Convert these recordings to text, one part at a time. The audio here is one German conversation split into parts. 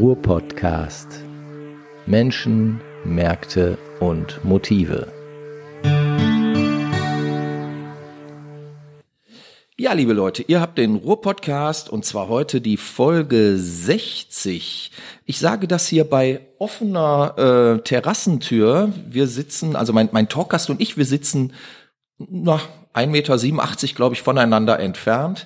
Ruhr-Podcast. Menschen, Märkte und Motive. Ja, liebe Leute, ihr habt den Ruhr-Podcast und zwar heute die Folge 60. Ich sage das hier bei offener Terrassentür. Wir sitzen, also mein Talkgast und ich, wir sitzen 1,87 Meter, glaube ich, voneinander entfernt.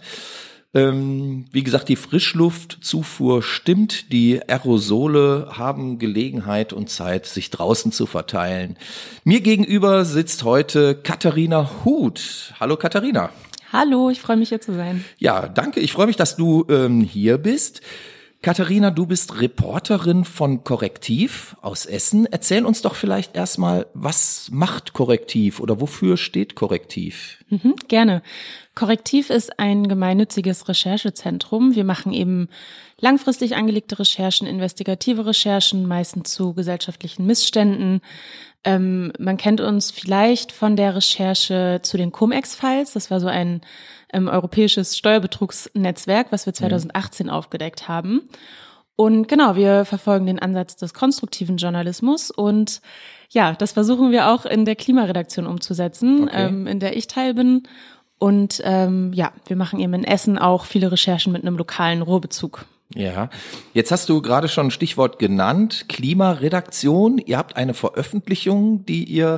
Wie gesagt, die Frischluftzufuhr stimmt, die Aerosole haben Gelegenheit und Zeit, sich draußen zu verteilen. Mir gegenüber sitzt heute Katharina Huth. Hallo Katharina. Hallo, ich freue mich hier zu sein. Ja, danke. Ich freue mich, dass du hier bist. Katharina, du bist Reporterin von Correctiv aus Essen. Erzähl uns doch vielleicht erstmal, was macht Correctiv oder wofür steht Correctiv? Gerne. Correctiv ist ein gemeinnütziges Recherchezentrum. Wir machen eben langfristig angelegte Recherchen, investigative Recherchen, meistens zu gesellschaftlichen Missständen. Man kennt uns vielleicht von der Recherche zu den Cum-Ex-Files. Das war so ein europäisches Steuerbetrugsnetzwerk, was wir 2018 aufgedeckt haben. Und genau, wir verfolgen den Ansatz des konstruktiven Journalismus und ja, das versuchen wir auch in der Klimaredaktion umzusetzen, in der ich Teil bin. Und wir machen eben in Essen auch viele Recherchen mit einem lokalen Ruhrbezug. Ja, jetzt hast du gerade schon ein Stichwort genannt, Klimaredaktion. Ihr habt eine Veröffentlichung, die ihr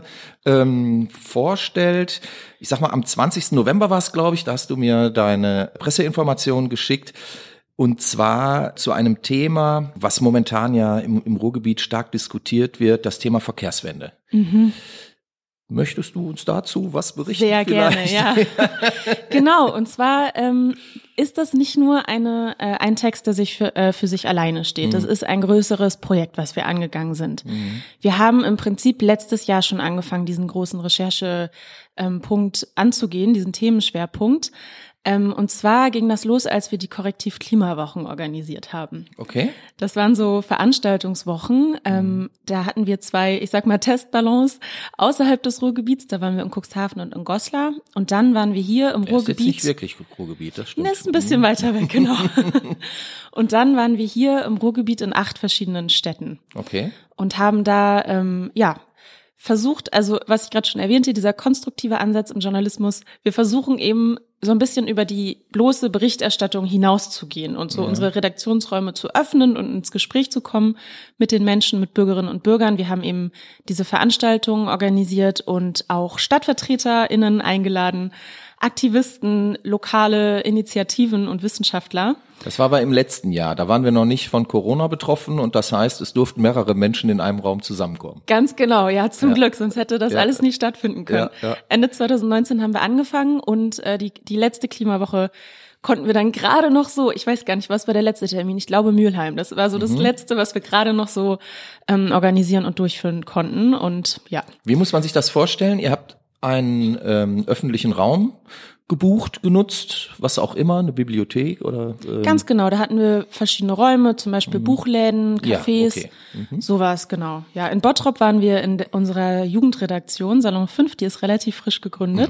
vorstellt. Ich sag mal, am 20. November war es, glaube ich, da hast du mir deine Presseinformation geschickt. Und zwar zu einem Thema, was momentan ja im Ruhrgebiet stark diskutiert wird, das Thema Verkehrswende. Möchtest du uns dazu was berichten? Sehr vielleicht? Gerne, ja. Genau, und zwar ist das nicht nur ein Text, der sich für sich alleine steht. Das ist ein größeres Projekt, was wir angegangen sind. Wir haben im Prinzip letztes Jahr schon angefangen, diesen großen Recherchepunkt anzugehen, diesen Themenschwerpunkt. Und zwar ging das los, als wir die Correctiv-Klimawochen organisiert haben. Okay. Das waren so Veranstaltungswochen. Da hatten wir 2, ich sag mal, Testballons außerhalb des Ruhrgebiets. Da waren wir in Cuxhaven und in Goslar. Und dann waren wir hier im Ruhrgebiet. Das ist jetzt nicht wirklich Ruhrgebiet, das stimmt. Das ist ein bisschen weiter weg, genau. Und dann waren wir hier im Ruhrgebiet in 8 verschiedenen Städten. Okay. Und haben da, versucht, also was ich gerade schon erwähnte, dieser konstruktive Ansatz im Journalismus, wir versuchen eben so ein bisschen über die bloße Berichterstattung hinauszugehen und so unsere Redaktionsräume zu öffnen und ins Gespräch zu kommen mit den Menschen, mit Bürgerinnen und Bürgern. Wir haben eben diese Veranstaltungen organisiert und auch StadtvertreterInnen eingeladen, Aktivisten, lokale Initiativen und Wissenschaftler. Das war aber im letzten Jahr. Da waren wir noch nicht von Corona betroffen und das heißt, es durften mehrere Menschen in einem Raum zusammenkommen. Ganz genau, ja, zum Glück, sonst hätte das alles nicht stattfinden können. Ja. Ende 2019 haben wir angefangen und die letzte Klimawoche konnten wir dann gerade noch so, ich weiß gar nicht, was war der letzte Termin, ich glaube Mülheim. Das war so das Letzte, was wir gerade noch so organisieren und durchführen konnten und ja. Wie muss man sich das vorstellen? Ihr habt einen öffentlichen Raum genutzt, was auch immer, eine Bibliothek oder? Ganz genau, da hatten wir verschiedene Räume, zum Beispiel Buchläden, Cafés, sowas, genau. Ja, in Bottrop waren wir in unserer Jugendredaktion, Salon 5, die ist relativ frisch gegründet.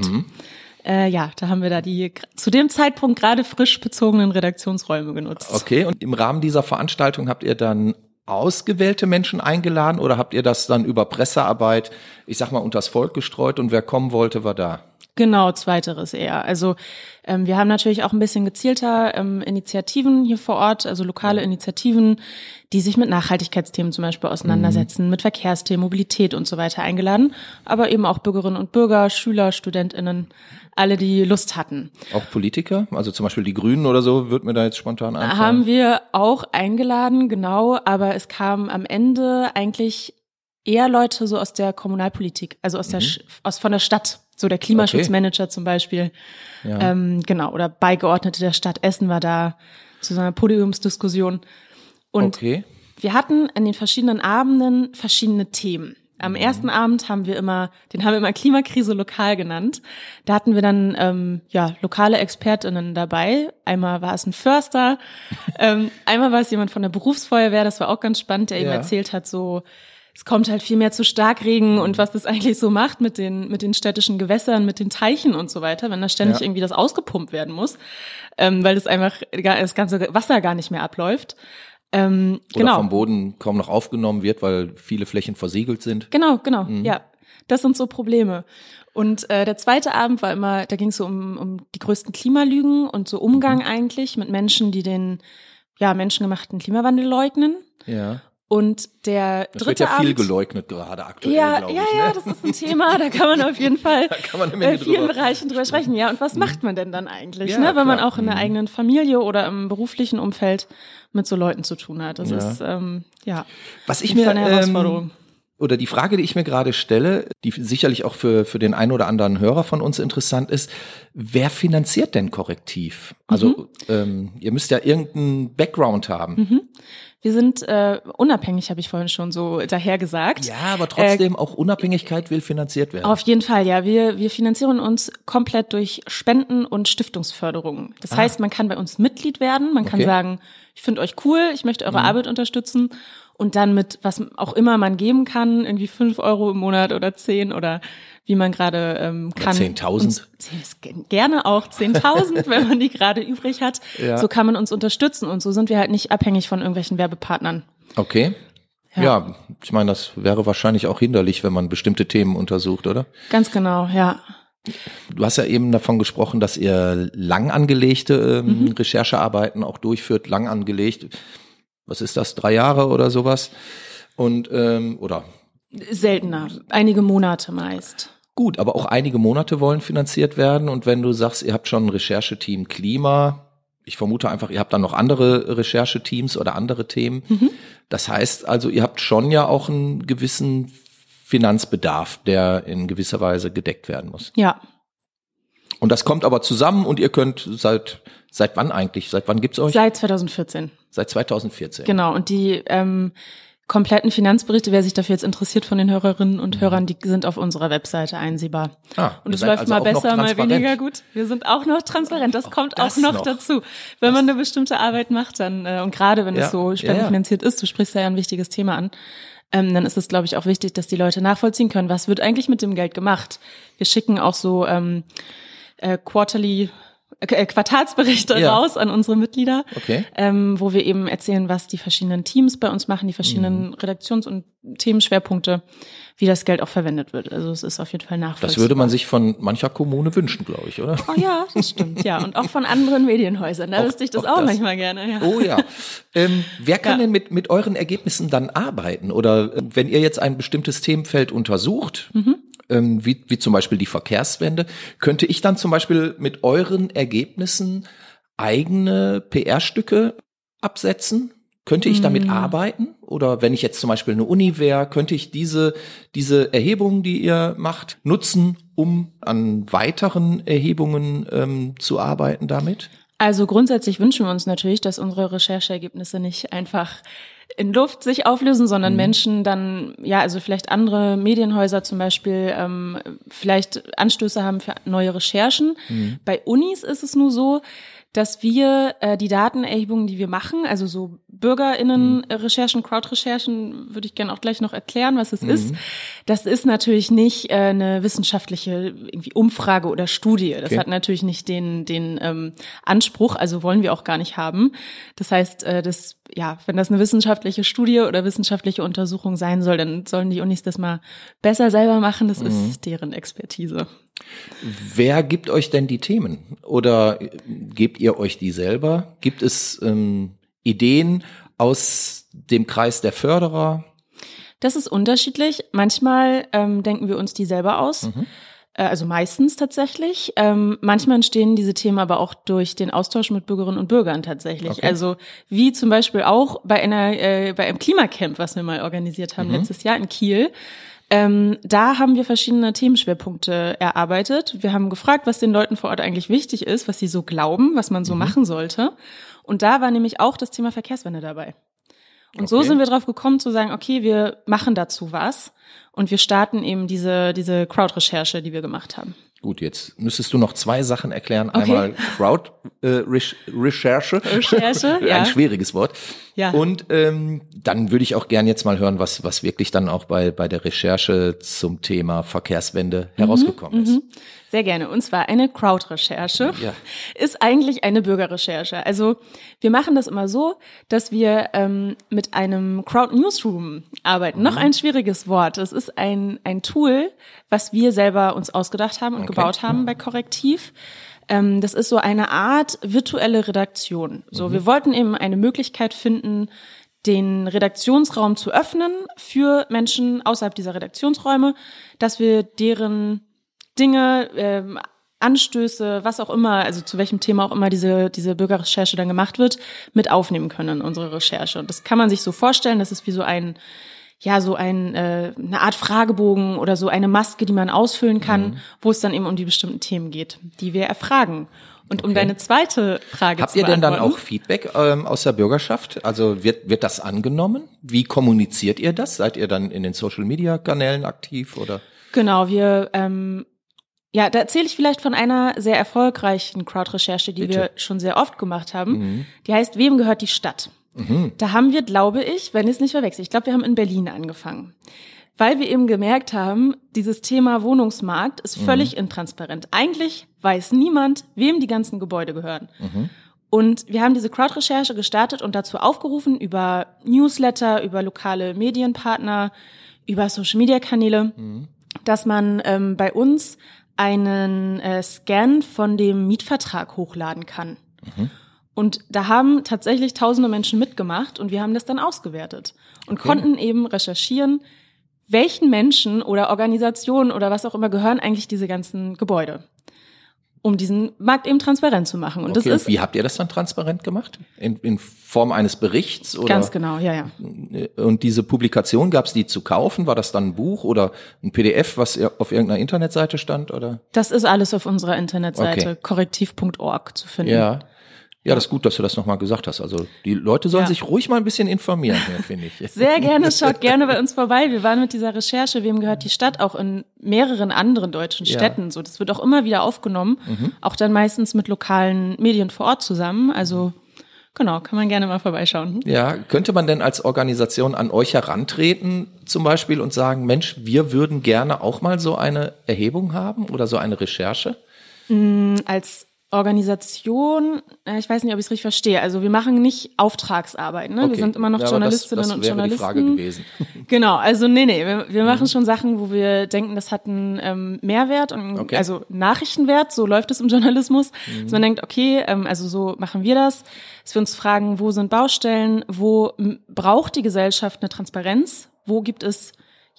Da haben wir da die zu dem Zeitpunkt gerade frisch bezogenen Redaktionsräume genutzt. Okay, und im Rahmen dieser Veranstaltung habt ihr dann ausgewählte Menschen eingeladen oder habt ihr das dann über Pressearbeit, ich sag mal, unters Volk gestreut und wer kommen wollte, war da? Genau, zweiteres eher. Also wir haben natürlich auch ein bisschen gezielter Initiativen hier vor Ort, also lokale Initiativen, die sich mit Nachhaltigkeitsthemen zum Beispiel auseinandersetzen, mit Verkehrsthemen, Mobilität und so weiter eingeladen, aber eben auch Bürgerinnen und Bürger, Schüler, StudentInnen, alle, die Lust hatten. Auch Politiker? Also zum Beispiel die Grünen oder so, wird mir da jetzt spontan einfallen. Haben wir auch eingeladen, genau, aber es kamen am Ende eigentlich eher Leute so aus der Kommunalpolitik, also von der Stadt. So der Klimaschutzmanager zum Beispiel, genau, oder Beigeordnete der Stadt Essen war da zu so einer Podiumsdiskussion. Und wir hatten an den verschiedenen Abenden verschiedene Themen. Am ersten Abend haben wir immer Klimakrise lokal genannt. Da hatten wir dann lokale ExpertInnen dabei. Einmal war es ein Förster, einmal war es jemand von der Berufsfeuerwehr, das war auch ganz spannend, der eben erzählt hat, so es kommt halt viel mehr zu Starkregen und was das eigentlich so macht mit den städtischen Gewässern, mit den Teichen und so weiter, wenn da ständig irgendwie das ausgepumpt werden muss, weil das einfach das ganze Wasser gar nicht mehr abläuft. Oder vom Boden kaum noch aufgenommen wird, weil viele Flächen versiegelt sind. Genau, ja. Das sind so Probleme. Und der zweite Abend war immer, da ging es so um die größten Klimalügen und so Umgang eigentlich mit Menschen, die den menschengemachten Klimawandel leugnen. Ja. Und der dritte Abend. Das wird ja viel geleugnet gerade aktuell, glaube ich. Ja, das ist ein Thema, da kann man auf jeden Fall in vielen Bereichen drüber sprechen. Ja, und was macht man denn dann eigentlich, wenn man auch in der eigenen Familie oder im beruflichen Umfeld mit so Leuten zu tun hat? Das ist, was ich mir, eine Herausforderung. Oder die Frage, die ich mir gerade stelle, die sicherlich auch für den einen oder anderen Hörer von uns interessant ist, wer finanziert denn Korrektiv? Also ihr müsst ja irgendeinen Background haben. Wir sind unabhängig, habe ich vorhin schon so daher gesagt. Ja, aber trotzdem auch Unabhängigkeit will finanziert werden. Auf jeden Fall, ja. Wir finanzieren uns komplett durch Spenden und Stiftungsförderungen. Das heißt, man kann bei uns Mitglied werden. Man kann sagen, ich finde euch cool, ich möchte eure Arbeit unterstützen. Und dann mit was auch immer man geben kann, irgendwie 5 Euro im Monat oder 10 oder wie man gerade kann. 10.000. Gerne auch 10.000, wenn man die gerade übrig hat. Ja. So kann man uns unterstützen und so sind wir halt nicht abhängig von irgendwelchen Werbepartnern. Okay. Ja, ich meine, das wäre wahrscheinlich auch hinderlich, wenn man bestimmte Themen untersucht, oder? Ganz genau, ja. Du hast ja eben davon gesprochen, dass ihr lang angelegte Recherchearbeiten auch durchführt, lang angelegt. Was ist das, 3 Jahre oder sowas? Und oder? Seltener, einige Monate meist. Gut, aber auch einige Monate wollen finanziert werden. Und wenn du sagst, ihr habt schon ein Rechercheteam Klima, ich vermute einfach, ihr habt dann noch andere Rechercheteams oder andere Themen. Das heißt also, ihr habt schon ja auch einen gewissen Finanzbedarf, der in gewisser Weise gedeckt werden muss. Ja. Und das kommt aber zusammen und ihr könnt seit wann eigentlich? Seit wann gibt's euch? Seit 2014. Seit 2014. Genau. Und die kompletten Finanzberichte, wer sich dafür jetzt interessiert von den Hörerinnen und Hörern, die sind auf unserer Webseite einsehbar. Und es läuft also mal besser, mal weniger gut. Wir sind auch noch transparent. Das kommt auch noch dazu. Wenn man eine bestimmte Arbeit macht, dann und gerade wenn es so spendenfinanziert ist, du sprichst ja ein wichtiges Thema an, dann ist es, glaube ich, auch wichtig, dass die Leute nachvollziehen können, was wird eigentlich mit dem Geld gemacht. Wir schicken auch so Quartalsberichte raus an unsere Mitglieder, wo wir eben erzählen, was die verschiedenen Teams bei uns machen, die verschiedenen Redaktions- und Themenschwerpunkte, wie das Geld auch verwendet wird. Also es ist auf jeden Fall nachvollziehbar. Das würde man sich von mancher Kommune wünschen, glaube ich, oder? Oh ja, das stimmt, ja. Und auch von anderen Medienhäusern. Da wüsste ich das auch manchmal gerne. Ja. Oh ja. Wer kann denn mit euren Ergebnissen dann arbeiten? Oder wenn ihr jetzt ein bestimmtes Themenfeld untersucht, wie zum Beispiel die Verkehrswende, könnte ich dann zum Beispiel mit euren Ergebnissen eigene PR-Stücke absetzen? Könnte ich damit arbeiten? Oder wenn ich jetzt zum Beispiel eine Uni wäre, könnte ich diese Erhebungen, die ihr macht, nutzen, um an weiteren Erhebungen zu arbeiten damit? Also grundsätzlich wünschen wir uns natürlich, dass unsere Rechercheergebnisse nicht einfach in Luft sich auflösen, sondern Menschen dann, also vielleicht andere Medienhäuser zum Beispiel, vielleicht Anstöße haben für neue Recherchen. Bei Unis ist es nur so, dass wir die Datenerhebungen, die wir machen, also so BürgerInnen-Recherchen, Crowd-Recherchen, würde ich gerne auch gleich noch erklären, was es ist. Das ist natürlich nicht eine wissenschaftliche irgendwie Umfrage oder Studie. Das hat natürlich nicht den Anspruch, also wollen wir auch gar nicht haben. Das heißt, wenn das eine wissenschaftliche Studie oder wissenschaftliche Untersuchung sein soll, dann sollen die Unis das mal besser selber machen. Das ist deren Expertise. Wer gibt euch denn die Themen? Oder gebt ihr euch die selber? Gibt es Ideen aus dem Kreis der Förderer? Das ist unterschiedlich. Manchmal denken wir uns die selber aus. Also meistens tatsächlich. Manchmal entstehen diese Themen aber auch durch den Austausch mit Bürgerinnen und Bürgern tatsächlich. Also wie zum Beispiel auch bei einem Klimacamp, was wir mal organisiert haben letztes Jahr in Kiel. Da haben wir verschiedene Themenschwerpunkte erarbeitet. Wir haben gefragt, was den Leuten vor Ort eigentlich wichtig ist, was sie so glauben, was man so machen sollte. Und da war nämlich auch das Thema Verkehrswende dabei. Und so sind wir drauf gekommen zu sagen, okay, wir machen dazu was und wir starten eben diese Crowd-Recherche, die wir gemacht haben. Gut, jetzt müsstest du noch 2 Sachen erklären. Einmal Crowd-Recherche, ein schwieriges Wort. Ja. Und dann würde ich auch gern jetzt mal hören, was wirklich dann auch bei der Recherche zum Thema Verkehrswende herausgekommen ist. Sehr gerne. Und zwar eine Crowd-Recherche ist eigentlich eine Bürgerrecherche. Also wir machen das immer so, dass wir mit einem Crowd-Newsroom arbeiten. Noch ein schwieriges Wort. Es ist ein Tool, was wir selber uns ausgedacht haben und gebaut haben bei Korrektiv. Das ist so eine Art virtuelle Redaktion. So, wir wollten eben eine Möglichkeit finden, den Redaktionsraum zu öffnen für Menschen außerhalb dieser Redaktionsräume, dass wir deren Dinge, Anstöße, was auch immer, also zu welchem Thema auch immer diese Bürgerrecherche dann gemacht wird, mit aufnehmen können in unsere Recherche. Und das kann man sich so vorstellen, das ist wie so eine Art Fragebogen oder so eine Maske, die man ausfüllen kann, wo es dann eben um die bestimmten Themen geht, die wir erfragen. Und um deine zweite Frage Habt zu beantworten. Habt ihr denn dann auch Feedback aus der Bürgerschaft? Also wird das angenommen? Wie kommuniziert ihr das? Seid ihr dann in den Social-Media-Kanälen aktiv oder? Genau, wir da erzähle ich vielleicht von einer sehr erfolgreichen Crowd-Recherche, die wir schon sehr oft gemacht haben. Die heißt, wem gehört die Stadt? Da haben wir, glaube ich, wenn ich es nicht verwechsel, ich glaube, wir haben in Berlin angefangen. Weil wir eben gemerkt haben, dieses Thema Wohnungsmarkt ist völlig intransparent. Eigentlich weiß niemand, wem die ganzen Gebäude gehören. Und wir haben diese Crowd-Recherche gestartet und dazu aufgerufen, über Newsletter, über lokale Medienpartner, über Social-Media-Kanäle, dass man bei uns einen Scan von dem Mietvertrag hochladen kann. Und da haben tatsächlich tausende Menschen mitgemacht und wir haben das dann ausgewertet und konnten eben recherchieren, welchen Menschen oder Organisationen oder was auch immer gehören eigentlich diese ganzen Gebäude, um diesen Markt eben transparent zu machen. Und das ist, wie habt ihr das dann transparent gemacht? In Form eines Berichts? Oder? Ganz genau, ja. Und diese Publikation, gab es die zu kaufen? War das dann ein Buch oder ein PDF, was auf irgendeiner Internetseite stand? Oder? Das ist alles auf unserer Internetseite, korrektiv.org zu finden. Ja, das ist gut, dass du das nochmal gesagt hast. Also die Leute sollen sich ruhig mal ein bisschen informieren, finde ich. Sehr gerne, schaut gerne bei uns vorbei. Wir waren mit dieser Recherche, wem gehört die Stadt, auch in mehreren anderen deutschen Städten. So, das wird auch immer wieder aufgenommen, auch dann meistens mit lokalen Medien vor Ort zusammen. Also genau, kann man gerne mal vorbeischauen. Ja, könnte man denn als Organisation an euch herantreten zum Beispiel und sagen, Mensch, wir würden gerne auch mal so eine Erhebung haben oder so eine Recherche? Als Organisation, ich weiß nicht, ob ich es richtig verstehe. Also wir machen nicht Auftragsarbeit, ne? Okay. Wir sind immer noch Journalistinnen und Journalisten. Das wäre die Frage gewesen. Genau, also nee, wir machen schon Sachen, wo wir denken, das hat einen Mehrwert und also Nachrichtenwert, so läuft es im Journalismus. Dass man denkt, okay, also so machen wir das. Dass wir uns fragen, wo sind Baustellen, wo braucht die Gesellschaft eine Transparenz, wo gibt es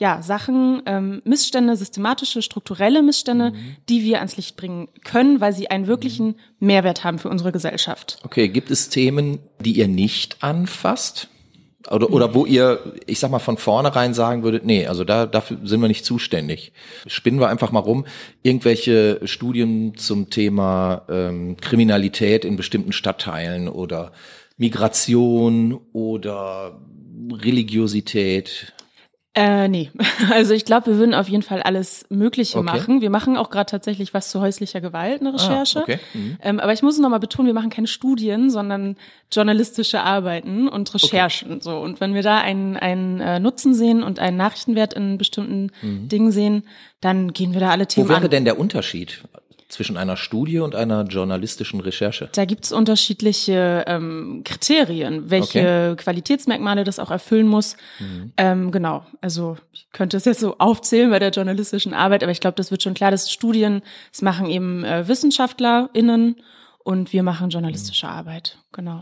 Sachen, Missstände, systematische, strukturelle Missstände, die wir ans Licht bringen können, weil sie einen wirklichen Mehrwert haben für unsere Gesellschaft. Okay, gibt es Themen, die ihr nicht anfasst? Oder wo ihr, ich sag mal, von vornherein sagen würdet, nee, also dafür sind wir nicht zuständig. Spinnen wir einfach mal rum. Irgendwelche Studien zum Thema Kriminalität in bestimmten Stadtteilen oder Migration oder Religiosität? Nee, also ich glaube, wir würden auf jeden Fall alles Mögliche machen. Wir machen auch gerade tatsächlich was zu häuslicher Gewalt, eine Recherche. Aber ich muss noch mal betonen, wir machen keine Studien, sondern journalistische Arbeiten und Recherchen. So. Und wenn wir da einen Nutzen sehen und einen Nachrichtenwert in bestimmten Dingen sehen, dann gehen wir da alle Themen an. Wo wäre denn der Unterschied zwischen einer Studie und einer journalistischen Recherche? Da gibt's unterschiedliche Kriterien, welche Qualitätsmerkmale das auch erfüllen muss. Genau, also ich könnte es jetzt so aufzählen bei der journalistischen Arbeit, aber ich glaube, das wird schon klar, dass Studien, das machen eben WissenschaftlerInnen und wir machen journalistische Arbeit, genau.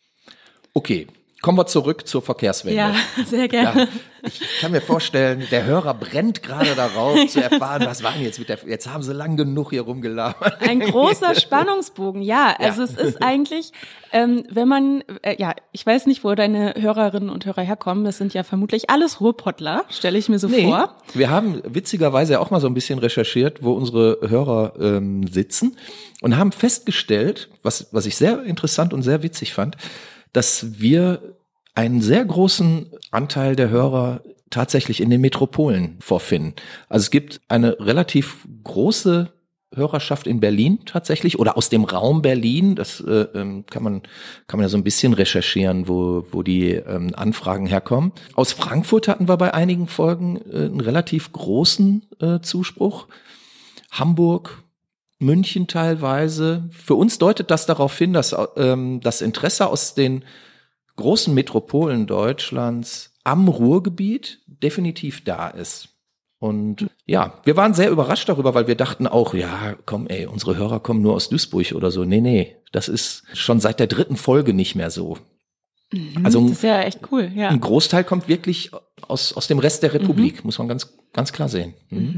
Okay. Kommen wir zurück zur Verkehrswende. Ja, sehr gerne. Ja, ich kann mir vorstellen, der Hörer brennt gerade darauf zu erfahren, was war denn jetzt jetzt haben sie lang genug hier rumgelabert. Ein großer Spannungsbogen, ja. Also es ist eigentlich, wenn man, ich weiß nicht, wo deine Hörerinnen und Hörer herkommen, das sind ja vermutlich alles Ruhrpottler, stelle ich mir so vor. Wir haben witzigerweise auch mal so ein bisschen recherchiert, wo unsere Hörer sitzen und haben festgestellt, was ich sehr interessant und sehr witzig fand, dass wir einen sehr großen Anteil der Hörer tatsächlich in den Metropolen vorfinden. Also es gibt eine relativ große Hörerschaft in Berlin tatsächlich oder aus dem Raum Berlin. Das kann man ja so ein bisschen recherchieren, wo die Anfragen herkommen. Aus Frankfurt hatten wir bei einigen Folgen einen relativ großen Zuspruch. Hamburg, München teilweise. Für uns deutet das darauf hin, dass das Interesse aus den großen Metropolen Deutschlands am Ruhrgebiet definitiv da ist. Und ja, wir waren sehr überrascht darüber, weil wir dachten auch, ja, komm, unsere Hörer kommen nur aus Duisburg oder so. Nee, das ist schon seit der 3. Folge nicht mehr so. Also das ist ja echt cool, ja. Ein Großteil kommt wirklich aus dem Rest der Republik, muss man ganz klar sehen.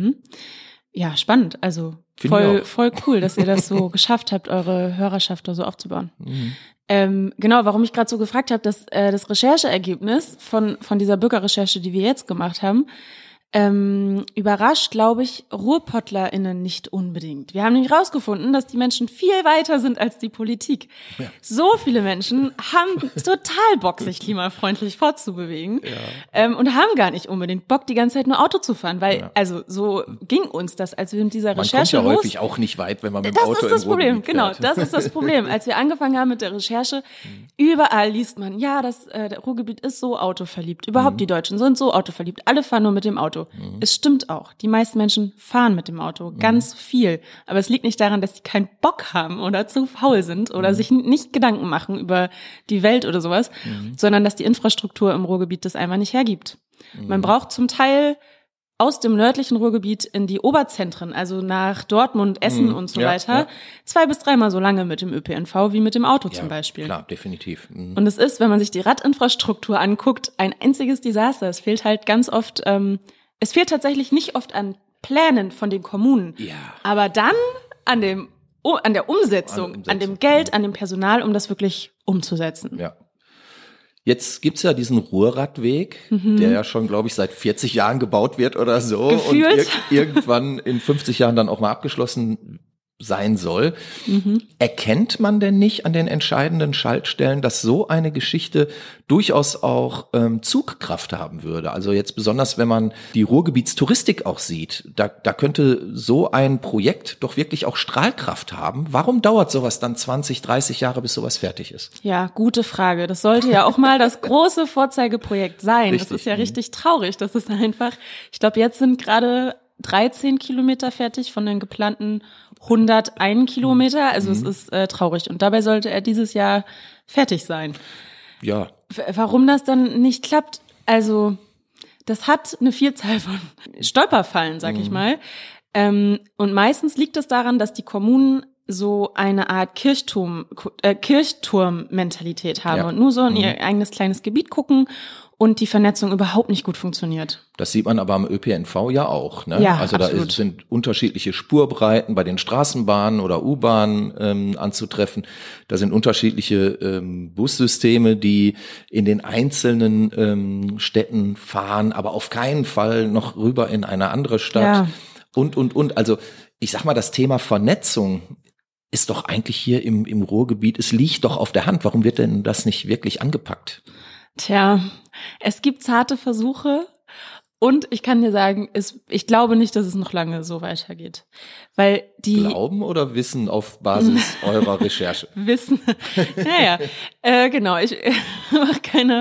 Ja, spannend. Also voll cool, dass ihr das so geschafft habt, eure Hörerschaft da so aufzubauen. Genau, warum ich gerade so gefragt habe, dass das Rechercheergebnis von dieser Bürgerrecherche, die wir jetzt gemacht haben, überrascht, glaube ich, RuhrpottlerInnen nicht unbedingt. Wir haben nämlich rausgefunden, dass die Menschen viel weiter sind als die Politik. Ja. So viele Menschen haben total Bock, sich klimafreundlich fortzubewegen und haben gar nicht unbedingt Bock, die ganze Zeit nur Auto zu fahren, weil also so ging uns das, als wir mit dieser Recherche man kommt ja häufig auch nicht weit, wenn man mit dem Auto Das ist das Problem, genau, das ist das Problem. Als wir angefangen haben mit der Recherche, überall liest man, ja, der Ruhrgebiet ist so autoverliebt, überhaupt die Deutschen sind so autoverliebt, alle fahren nur mit dem Auto. Es stimmt auch. Die meisten Menschen fahren mit dem Auto. Ganz viel. Aber es liegt nicht daran, dass sie keinen Bock haben oder zu faul sind oder sich nicht Gedanken machen über die Welt oder sowas, sondern dass die Infrastruktur im Ruhrgebiet das einfach nicht hergibt. Man braucht zum Teil aus dem nördlichen Ruhrgebiet in die Oberzentren, also nach Dortmund, Essen und so weiter, 2 bis 3 Mal so lange mit dem ÖPNV wie mit dem Auto zum Beispiel. Klar, definitiv. Und es ist, wenn man sich die Radinfrastruktur anguckt, ein einziges Desaster. Es fehlt halt ganz oft es fehlt tatsächlich nicht oft an Plänen von den Kommunen, aber dann an der Umsetzung, an dem Geld, an dem Personal, um das wirklich umzusetzen. Ja. Jetzt gibt's ja diesen Ruhrradweg, der ja schon, glaube ich, seit 40 Jahren gebaut wird oder so. Gefühlt. Und irgendwann in 50 Jahren dann auch mal abgeschlossen sein soll. Erkennt man denn nicht an den entscheidenden Schaltstellen, dass so eine Geschichte durchaus auch Zugkraft haben würde? Also jetzt besonders, wenn man die Ruhrgebietstouristik auch sieht, da könnte so ein Projekt doch wirklich auch Strahlkraft haben. Warum dauert sowas dann 20, 30 Jahre, bis sowas fertig ist? Ja, gute Frage. Das sollte ja auch mal das große Vorzeigeprojekt sein. Richtig. Das ist ja richtig traurig. Das ist einfach, ich glaube, jetzt sind gerade 13 Kilometer fertig von den geplanten 101 Kilometer. Also es ist traurig. Und dabei sollte er dieses Jahr fertig sein. Ja. Warum das dann nicht klappt? Also das hat eine Vielzahl von Stolperfallen, sag ich mal. Und meistens liegt es daran, dass die Kommunen so eine Art Kirchturm-Mentalität haben und nur so in ihr eigenes kleines Gebiet gucken und die Vernetzung überhaupt nicht gut funktioniert. Das sieht man aber am ÖPNV ja auch. Ne? Ja, also absolut. Da sind unterschiedliche Spurbreiten bei den Straßenbahnen oder U-Bahnen anzutreffen. Da sind unterschiedliche Bussysteme, die in den einzelnen Städten fahren, aber auf keinen Fall noch rüber in eine andere Stadt. Ja. Und. Also ich sag mal, das Thema Vernetzung ist doch eigentlich hier im Ruhrgebiet, es liegt doch auf der Hand. Warum wird denn das nicht wirklich angepackt? Tja, es gibt zarte Versuche und ich kann dir sagen, ich glaube nicht, dass es noch lange so weitergeht. Weil die Glauben oder Wissen auf Basis eurer Recherche? Wissen, genau, ich mache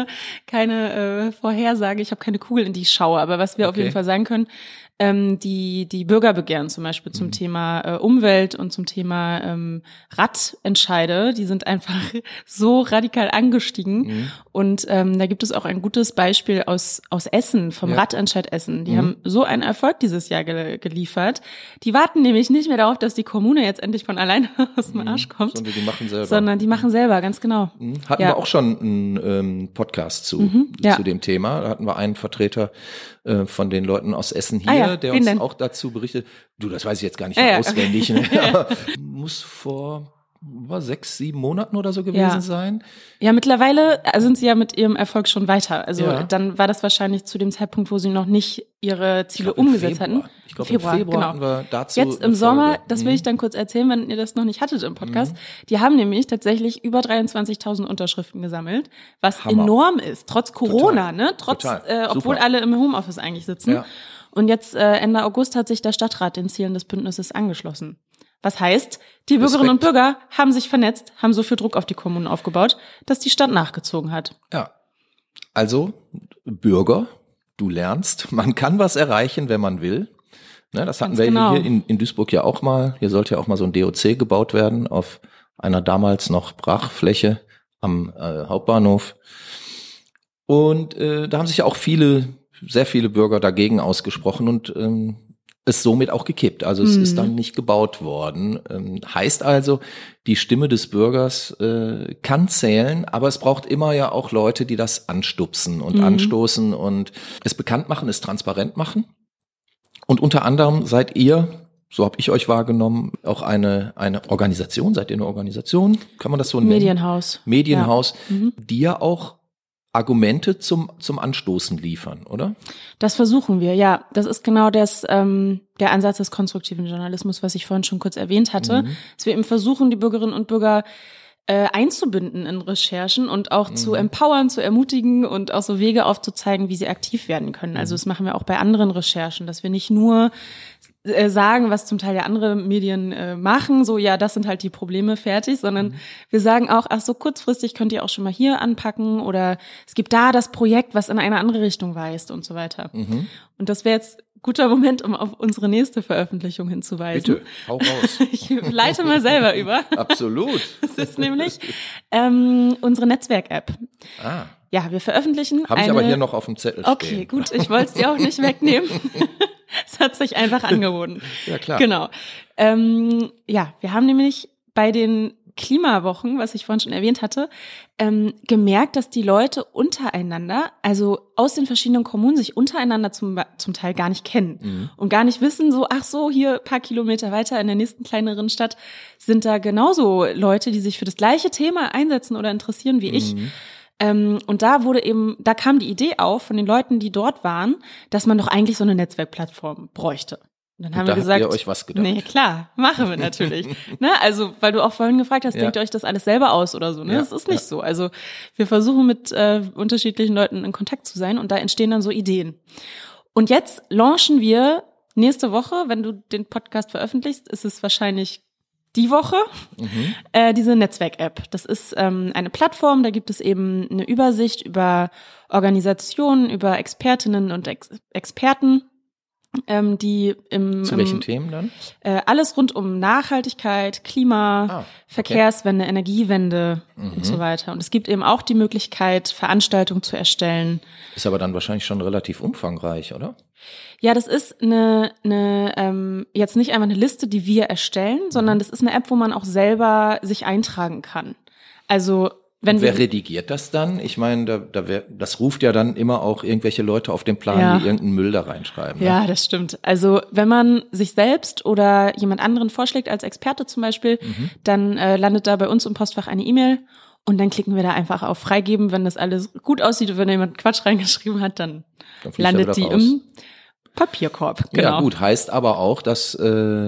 keine Vorhersage, ich habe keine Kugel, in die ich schaue, aber was wir auf jeden Fall sagen können, die Bürgerbegehren zum Beispiel zum Thema Umwelt und zum Thema Radentscheide, die sind einfach so radikal angestiegen. Und da gibt es auch ein gutes Beispiel aus Essen, vom Radentscheid Essen. Die haben so einen Erfolg dieses Jahr geliefert. Die warten nämlich nicht mehr darauf, dass die Kommune jetzt endlich von alleine aus dem Arsch kommt. Sondern die machen selber, ganz genau. Hatten wir auch schon einen Podcast zu dem Thema. Da hatten wir einen Vertreter von den Leuten aus Essen hier, der uns auch dazu berichtet. Du, das weiß ich jetzt gar nicht auswendig. Okay. Ne? Aber muss vor 6, 7 Monaten oder so gewesen sein. Ja, mittlerweile sind sie ja mit ihrem Erfolg schon weiter. Also dann war das wahrscheinlich zu dem Zeitpunkt, wo sie noch nicht ihre Ziele umgesetzt hatten. Ich glaube, im Februar hatten wir dazu jetzt im Sommer, das will ich dann kurz erzählen, wenn ihr das noch nicht hattet im Podcast. Die haben nämlich tatsächlich über 23.000 Unterschriften gesammelt, was enorm ist, trotz Corona, obwohl alle im Homeoffice eigentlich sitzen. Ja. Und jetzt Ende August hat sich der Stadtrat den Zielen des Bündnisses angeschlossen. Was heißt, die Bürgerinnen und Bürger haben sich vernetzt, haben so viel Druck auf die Kommunen aufgebaut, dass die Stadt nachgezogen hat. Ja, also Bürger, du lernst, man kann was erreichen, wenn man will. Ne, das hatten wir hier in Duisburg ja auch mal. Hier sollte ja auch mal so ein DOC gebaut werden auf einer damals noch Brachfläche am Hauptbahnhof. Und da haben sich ja auch sehr viele Bürger dagegen ausgesprochen und es somit auch gekippt. Also es ist dann nicht gebaut worden. Heißt also, die Stimme des Bürgers kann zählen, aber es braucht immer ja auch Leute, die das anstupsen und anstoßen und es bekannt machen, es transparent machen. Und unter anderem seid ihr, so habe ich euch wahrgenommen, auch eine Organisation. Seid ihr eine Organisation? Kann man das so nennen? Medienhaus, die ja auch Argumente zum Anstoßen liefern, oder? Das versuchen wir, ja. Das ist genau der Ansatz des konstruktiven Journalismus, was ich vorhin schon kurz erwähnt hatte. Dass wir eben versuchen, die Bürgerinnen und Bürger einzubinden in Recherchen und auch zu empowern, zu ermutigen und auch so Wege aufzuzeigen, wie sie aktiv werden können. Also das machen wir auch bei anderen Recherchen, dass wir nicht nur sagen, was zum Teil ja andere Medien machen, so ja, das sind halt die Probleme, fertig, sondern wir sagen auch, ach so, kurzfristig könnt ihr auch schon mal hier anpacken oder es gibt da das Projekt, was in eine andere Richtung weist und so weiter. Und das wäre jetzt guter Moment, um auf unsere nächste Veröffentlichung hinzuweisen. Bitte, hau raus. Ich leite mal selber über. Absolut. Das ist nämlich unsere Netzwerk-App. Ah. Ja, wir veröffentlichen Habe ich aber hier noch auf dem Zettel stehen. Okay, gut, ich wollte es dir auch nicht wegnehmen. Es hat sich einfach angeboten. Ja, klar. Genau. Ja, wir haben nämlich bei den Klimawochen, was ich vorhin schon erwähnt hatte, gemerkt, dass die Leute untereinander, also aus den verschiedenen Kommunen, sich untereinander zum Teil gar nicht kennen und gar nicht wissen, so, ach so, hier ein paar Kilometer weiter in der nächsten kleineren Stadt sind da genauso Leute, die sich für das gleiche Thema einsetzen oder interessieren wie ich. Und da kam die Idee auf von den Leuten, die dort waren, dass man doch eigentlich so eine Netzwerkplattform bräuchte. Und dann haben wir gesagt, habt ihr euch was gedacht? Nee, klar, machen wir natürlich. Ne? Also, weil du auch vorhin gefragt hast, denkt ihr euch das alles selber aus oder so, ne? Das ist nicht so. Also, wir versuchen mit unterschiedlichen Leuten in Kontakt zu sein und da entstehen dann so Ideen. Und jetzt launchen wir nächste Woche, wenn du den Podcast veröffentlichst, ist es wahrscheinlich die Woche, diese Netzwerk-App. Das ist eine Plattform, da gibt es eben eine Übersicht über Organisationen, über Expertinnen und Experten, die zu welchen Themen dann? Alles rund um Nachhaltigkeit, Klima, Verkehrswende, Energiewende und so weiter. Und es gibt eben auch die Möglichkeit, Veranstaltungen zu erstellen. Ist aber dann wahrscheinlich schon relativ umfangreich, oder? Ja, das ist jetzt nicht einfach eine Liste, die wir erstellen, sondern das ist eine App, wo man auch selber sich eintragen kann. Also wer redigiert das dann? Ich meine, das ruft ja dann immer auch irgendwelche Leute auf den Plan, die irgendeinen Müll da reinschreiben. Ne? Ja, das stimmt. Also wenn man sich selbst oder jemand anderen vorschlägt, als Experte zum Beispiel, dann landet da bei uns im Postfach eine E-Mail und dann klicken wir da einfach auf Freigeben. Wenn das alles gut aussieht und wenn jemand Quatsch reingeschrieben hat, dann landet die im Papierkorb. Genau. Ja gut, heißt aber auch, dass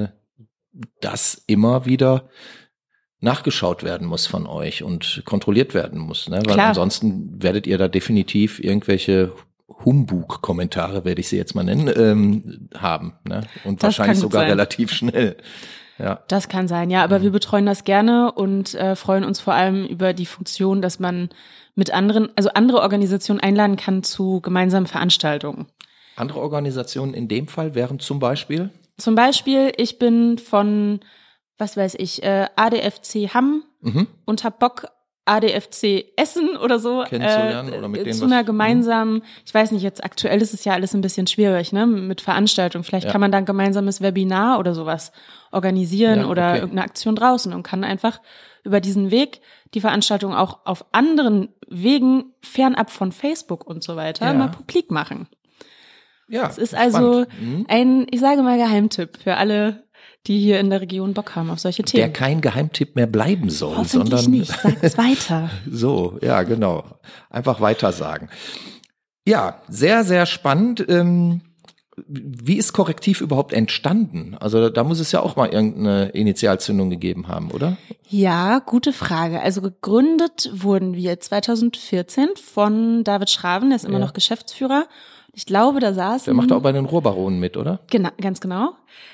das immer wieder nachgeschaut werden muss von euch und kontrolliert werden muss, ne? Weil ansonsten werdet ihr da definitiv irgendwelche Humbug-Kommentare, werde ich sie jetzt mal nennen, haben, ne? Und das wahrscheinlich sogar relativ schnell. Ja. Das kann sein, ja, aber wir betreuen das gerne und freuen uns vor allem über die Funktion, dass man mit andere Organisationen einladen kann zu gemeinsamen Veranstaltungen. Andere Organisationen in dem Fall wären zum Beispiel? Zum Beispiel, ich bin von was weiß ich, ADFC Hamm und hab Bock, ADFC Essen oder so kennenzulernen oder mit denen zu einer gemeinsamen, ich weiß nicht, jetzt aktuell ist es ja alles ein bisschen schwierig, ne, mit Veranstaltungen. Vielleicht kann man da ein gemeinsames Webinar oder sowas organisieren oder irgendeine Aktion draußen und kann einfach über diesen Weg die Veranstaltung auch auf anderen Wegen, fernab von Facebook und so weiter, mal publik machen. Ja, das ist also ein, ich sage mal, Geheimtipp für alle, die hier in der Region Bock haben auf solche Themen. Der kein Geheimtipp mehr bleiben soll, hoffentlich sondern nicht, sag's weiter. So, ja, genau. Einfach weiter sagen. Ja, sehr, sehr spannend. Wie ist Korrektiv überhaupt entstanden? Also da muss es ja auch mal irgendeine Initialzündung gegeben haben, oder? Ja, gute Frage. Also gegründet wurden wir 2014 von David Schraven, der ist immer noch Geschäftsführer. Ich glaube, da saß der macht auch bei den Ruhrbaronen mit, oder? Genau, ganz genau.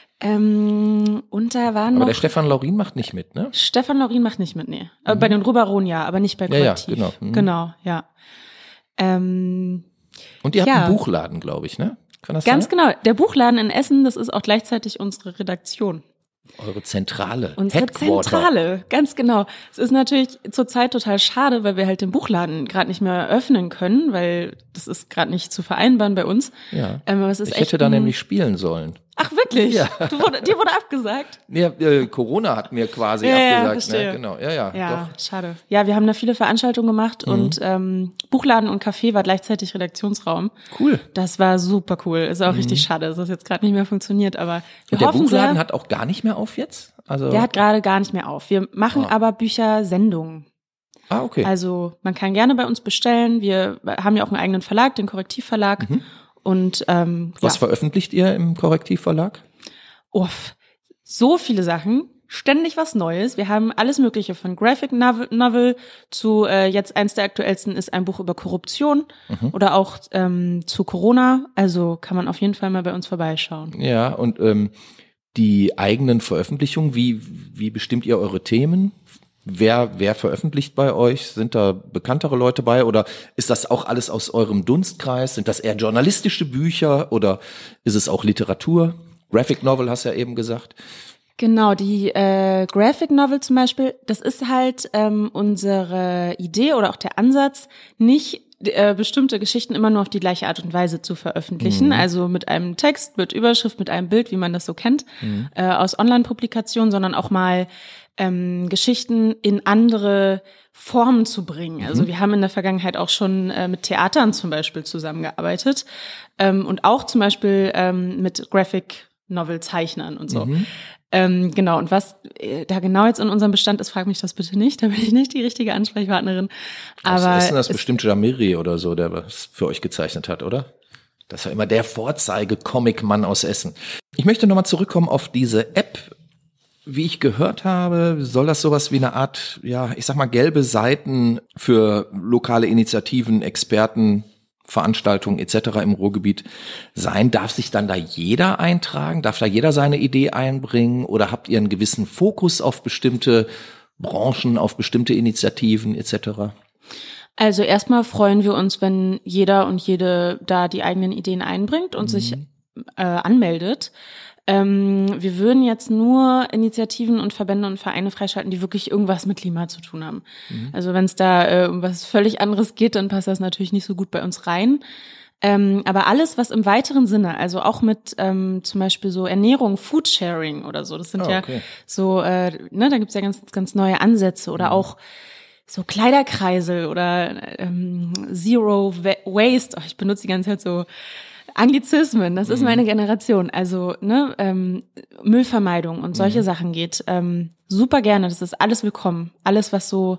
Und da waren aber der Stefan Laurin macht nicht mit, ne? Stefan Laurin macht nicht mit, nee. Bei den Ruhrbaronen ja, aber nicht bei Korrektiv. Ja, genau. Genau, ja. Und ihr habt einen Buchladen, glaube ich, ne? Kann das Ganz sein? genau. Der Buchladen in Essen, das ist auch gleichzeitig unsere Redaktion. Eure Zentrale. Unsere Headquarter. Zentrale, ganz genau. Es ist natürlich zurzeit total schade, weil wir halt den Buchladen gerade nicht mehr öffnen können, weil das ist gerade nicht zu vereinbaren bei uns. Ja. Aber es ist Ich echt hätte da nämlich spielen sollen. Ach wirklich? Ja. Dir wurde abgesagt? Ja, Corona hat mir quasi abgesagt. Verstehe. Ne? Genau. Ja, Ja, doch. schade. Ja, wir haben da viele Veranstaltungen gemacht und Buchladen und Café war gleichzeitig Redaktionsraum. Cool. Das war super cool. Ist auch richtig schade, dass das jetzt gerade nicht mehr funktioniert, aber wir Und der hoffen Buchladen sehr. hat auch gar nicht mehr auf jetzt? Also Der hat gerade gar nicht mehr auf. Wir machen aber Büchersendungen. okay. Also man kann gerne bei uns bestellen. Wir haben ja auch einen eigenen Verlag, den Korrektivverlag. Und Was veröffentlicht ihr im Korrektivverlag? So viele Sachen. Ständig was Neues. Wir haben alles Mögliche von Graphic Novel zu jetzt eins der aktuellsten ist ein Buch über Korruption oder auch zu Corona. Also kann man auf jeden Fall mal bei uns vorbeischauen. Ja, und die eigenen Veröffentlichungen, wie bestimmt ihr eure Themen? Wer veröffentlicht bei euch? Sind da bekanntere Leute bei oder ist das auch alles aus eurem Dunstkreis? Sind das eher journalistische Bücher oder ist es auch Literatur? Graphic Novel hast du ja eben gesagt. Genau, die Graphic Novel zum Beispiel, das ist halt unsere Idee oder auch der Ansatz, nicht bestimmte Geschichten immer nur auf die gleiche Art und Weise zu veröffentlichen, also mit einem Text, mit Überschrift, mit einem Bild, wie man das so kennt, aus Online-Publikationen, sondern auch mal Geschichten in andere Formen zu bringen. Also wir haben in der Vergangenheit auch schon mit Theatern zum Beispiel zusammengearbeitet und auch zum Beispiel mit Graphic Novel Zeichnern und so. Genau, und was da genau jetzt in unserem Bestand ist, frag mich das bitte nicht, da bin ich nicht die richtige Ansprechpartnerin. Aber Aus Essen das bestimmt Jamiri oder so, der was für euch gezeichnet hat, oder? Das war immer der Vorzeige-Comic-Mann aus Essen. Ich möchte nochmal zurückkommen auf diese App. Wie ich gehört habe, soll das sowas wie eine Art, ja, ich sag mal, gelbe Seiten für lokale Initiativen, Experten, Veranstaltungen etc. im Ruhrgebiet sein. Darf sich dann da jeder eintragen? Darf da jeder seine Idee einbringen? Oder habt ihr einen gewissen Fokus auf bestimmte Branchen, auf bestimmte Initiativen etc.? Also erstmal freuen wir uns, wenn jeder und jede da die eigenen Ideen einbringt und sich anmeldet. Wir würden jetzt nur Initiativen und Verbände und Vereine freischalten, die wirklich irgendwas mit Klima zu tun haben. Also wenn es da um was völlig anderes geht, dann passt das natürlich nicht so gut bei uns rein. Aber alles, was im weiteren Sinne, also auch mit zum Beispiel so Ernährung, Foodsharing oder so, das sind so, da gibt's ja ganz, ganz neue Ansätze oder auch so Kleiderkreisel oder Zero Waste. Ich benutze die ganze Zeit so Anglizismen, das ist meine Generation. Also Müllvermeidung und solche Sachen geht super gerne. Das ist alles willkommen. Alles, was so,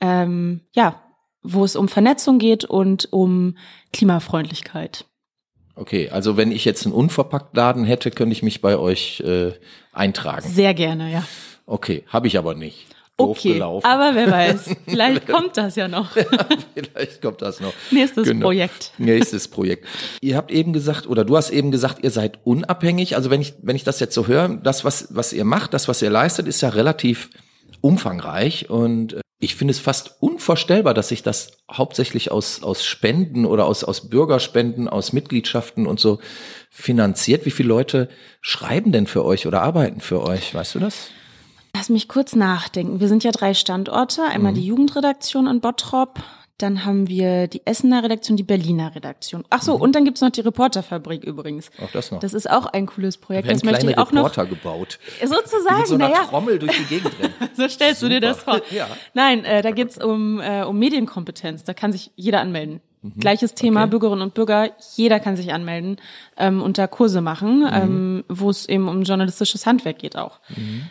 wo es um Vernetzung geht und um Klimafreundlichkeit. Okay, also wenn ich jetzt einen Unverpacktladen hätte, könnte ich mich bei euch eintragen. Sehr gerne, ja. Okay, habe ich aber nicht. Okay, aber wer weiß, vielleicht kommt das ja noch. Ja, vielleicht kommt das noch. Nächstes Projekt. Nächstes Projekt. Ihr habt eben gesagt, oder du hast eben gesagt, ihr seid unabhängig. Also wenn ich das jetzt so höre, das, was ihr macht, das, was ihr leistet, ist ja relativ umfangreich. Und ich finde es fast unvorstellbar, dass sich das hauptsächlich aus Spenden oder aus Bürgerspenden, aus Mitgliedschaften und so finanziert. Wie viele Leute schreiben denn für euch oder arbeiten für euch? Weißt du das? Lass mich kurz nachdenken. Wir sind ja 3 Standorte. Einmal die Jugendredaktion in Bottrop, dann haben wir die Essener Redaktion, die Berliner Redaktion. Ach so, und dann gibt's noch die Reporterfabrik übrigens. Auch das noch. Das ist auch ein cooles Projekt. Wir haben das möchte ich auch Reporter noch gebaut. sozusagen. Die mit so einer Trommel durch die Gegend rennen. So stellst du dir das vor. Ja. Nein, da geht's um Medienkompetenz. Da kann sich jeder anmelden. Gleiches Thema, okay. Bürgerinnen und Bürger, jeder kann sich anmelden und da Kurse machen, wo es eben um journalistisches Handwerk geht auch.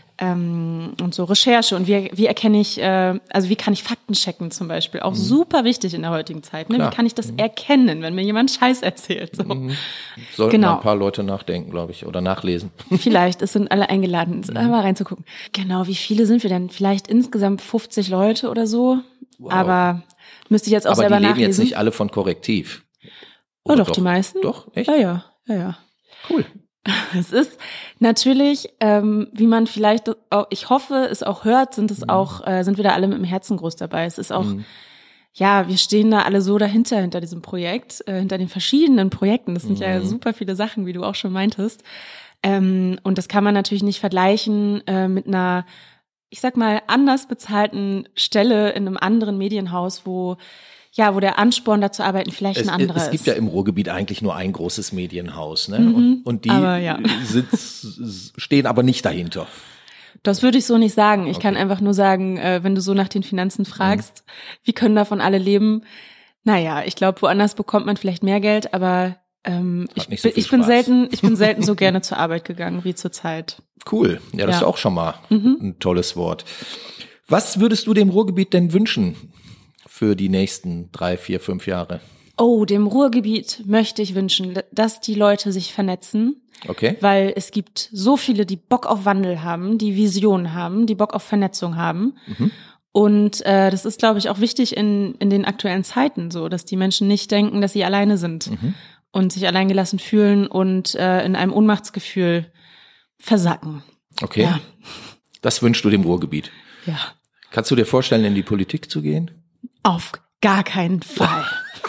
Und so Recherche und wie erkenne ich, also wie kann ich Fakten checken zum Beispiel, auch super wichtig in der heutigen Zeit. Ne? Wie kann ich das erkennen, wenn mir jemand Scheiß erzählt? So. Sollten ein paar Leute nachdenken, glaube ich, oder nachlesen. Vielleicht, es sind alle eingeladen, mal reinzugucken. Genau, wie viele sind wir denn? Vielleicht insgesamt 50 Leute oder so, aber müsste ich jetzt auch selber nachlesen. Aber die leben jetzt nicht alle von Korrektiv. Oh, doch, die meisten. Doch, echt? Ja. Cool. Es ist natürlich, wie man vielleicht, ich hoffe, es auch hört, sind wir da alle mit dem Herzen groß dabei. Es ist auch, ja, wir stehen da alle so dahinter, hinter diesem Projekt, hinter den verschiedenen Projekten. Das sind ja super viele Sachen, wie du auch schon meintest. Und das kann man natürlich nicht vergleichen mit einer, ich sag mal, anders bezahlten Stelle in einem anderen Medienhaus, wo der Ansporn da zu arbeiten vielleicht ein anderer ist. Es gibt ja im Ruhrgebiet eigentlich nur ein großes Medienhaus, ne? Und die stehen aber nicht dahinter. Das würde ich so nicht sagen. Ich kann einfach nur sagen, wenn du so nach den Finanzen fragst, wie können davon alle leben? Naja, ich glaube, woanders bekommt man vielleicht mehr Geld, aber ich bin selten so gerne zur Arbeit gegangen wie zur Zeit. Cool. Ja, das ist auch schon mal ein tolles Wort. Was würdest du dem Ruhrgebiet denn wünschen für die nächsten 3, 4, 5 Jahre? Oh, dem Ruhrgebiet möchte ich wünschen, dass die Leute sich vernetzen. Okay. Weil es gibt so viele, die Bock auf Wandel haben, die Visionen haben, die Bock auf Vernetzung haben. Und das ist, glaube ich, auch wichtig in den aktuellen Zeiten so, dass die Menschen nicht denken, dass sie alleine sind und sich alleingelassen fühlen und in einem Ohnmachtsgefühl versacken. Okay. Ja. Das wünschst du dem Ruhrgebiet. Ja. Kannst du dir vorstellen, in die Politik zu gehen? Auf gar keinen Fall.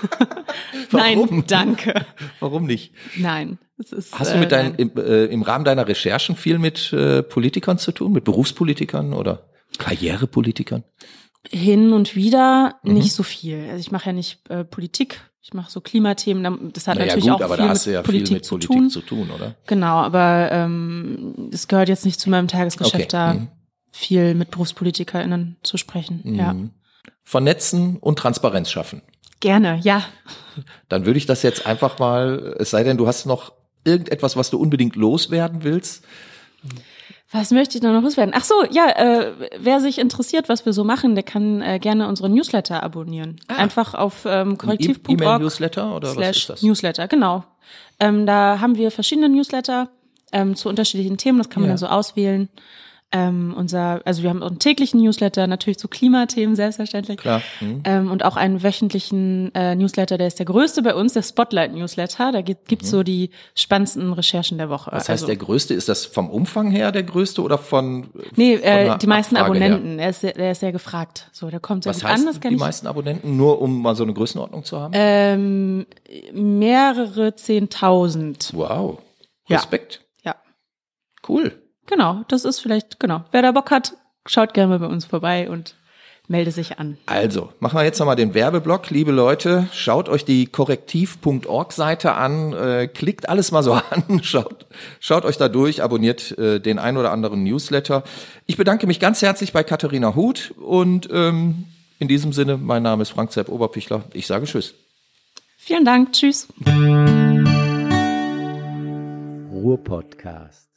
Nein, danke. Warum nicht? Nein. Hast du im Rahmen deiner Recherchen viel mit Politikern zu tun, mit Berufspolitikern oder Karrierepolitikern? Hin und wieder nicht so viel. Also ich mache ja nicht Politik, ich mache so Klimathemen. Das hat natürlich gut, auch aber viel da hast mit du ja Politik, viel mit zu Politik zu tun, oder? Genau, aber es gehört jetzt nicht zu meinem Tagesgeschäft, da viel mit BerufspolitikerInnen zu sprechen. Ja. Vernetzen und Transparenz schaffen. Gerne, ja. Dann würde ich das jetzt einfach mal, es sei denn, du hast noch irgendetwas, was du unbedingt loswerden willst. Was möchte ich noch loswerden? Ach so, ja, wer sich interessiert, was wir so machen, der kann gerne unsere Newsletter abonnieren. Einfach auf korrektiv.org. E-Mail-Newsletter oder was ist das? Newsletter, genau. Da haben wir verschiedene Newsletter zu unterschiedlichen Themen, das kann man dann so auswählen. Wir haben auch einen täglichen Newsletter, natürlich zu Klimathemen, selbstverständlich. Klar. Und auch einen wöchentlichen Newsletter, der ist der größte bei uns, der Spotlight-Newsletter. Da gibt's so die spannendsten Recherchen der Woche. Was heißt der größte? Ist das vom Umfang her der größte oder von die meisten Abfrage Abonnenten. Her? Der ist sehr gefragt. So, der kommt sehr Was gut an. heißt die meisten Abonnenten? Nur um mal so eine Größenordnung zu haben? Mehrere 10.000. Wow. Respekt. Ja. Cool. Genau, das ist vielleicht, wer da Bock hat, schaut gerne mal bei uns vorbei und melde sich an. Also, machen wir jetzt nochmal den Werbeblock. Liebe Leute, schaut euch die korrektiv.org-Seite an, klickt alles mal so an, schaut euch da durch, abonniert den ein oder anderen Newsletter. Ich bedanke mich ganz herzlich bei Katharina Huth und in diesem Sinne, mein Name ist Frank Sepp Oberpichler. Ich sage Tschüss. Vielen Dank, tschüss. Ruhr-Podcast.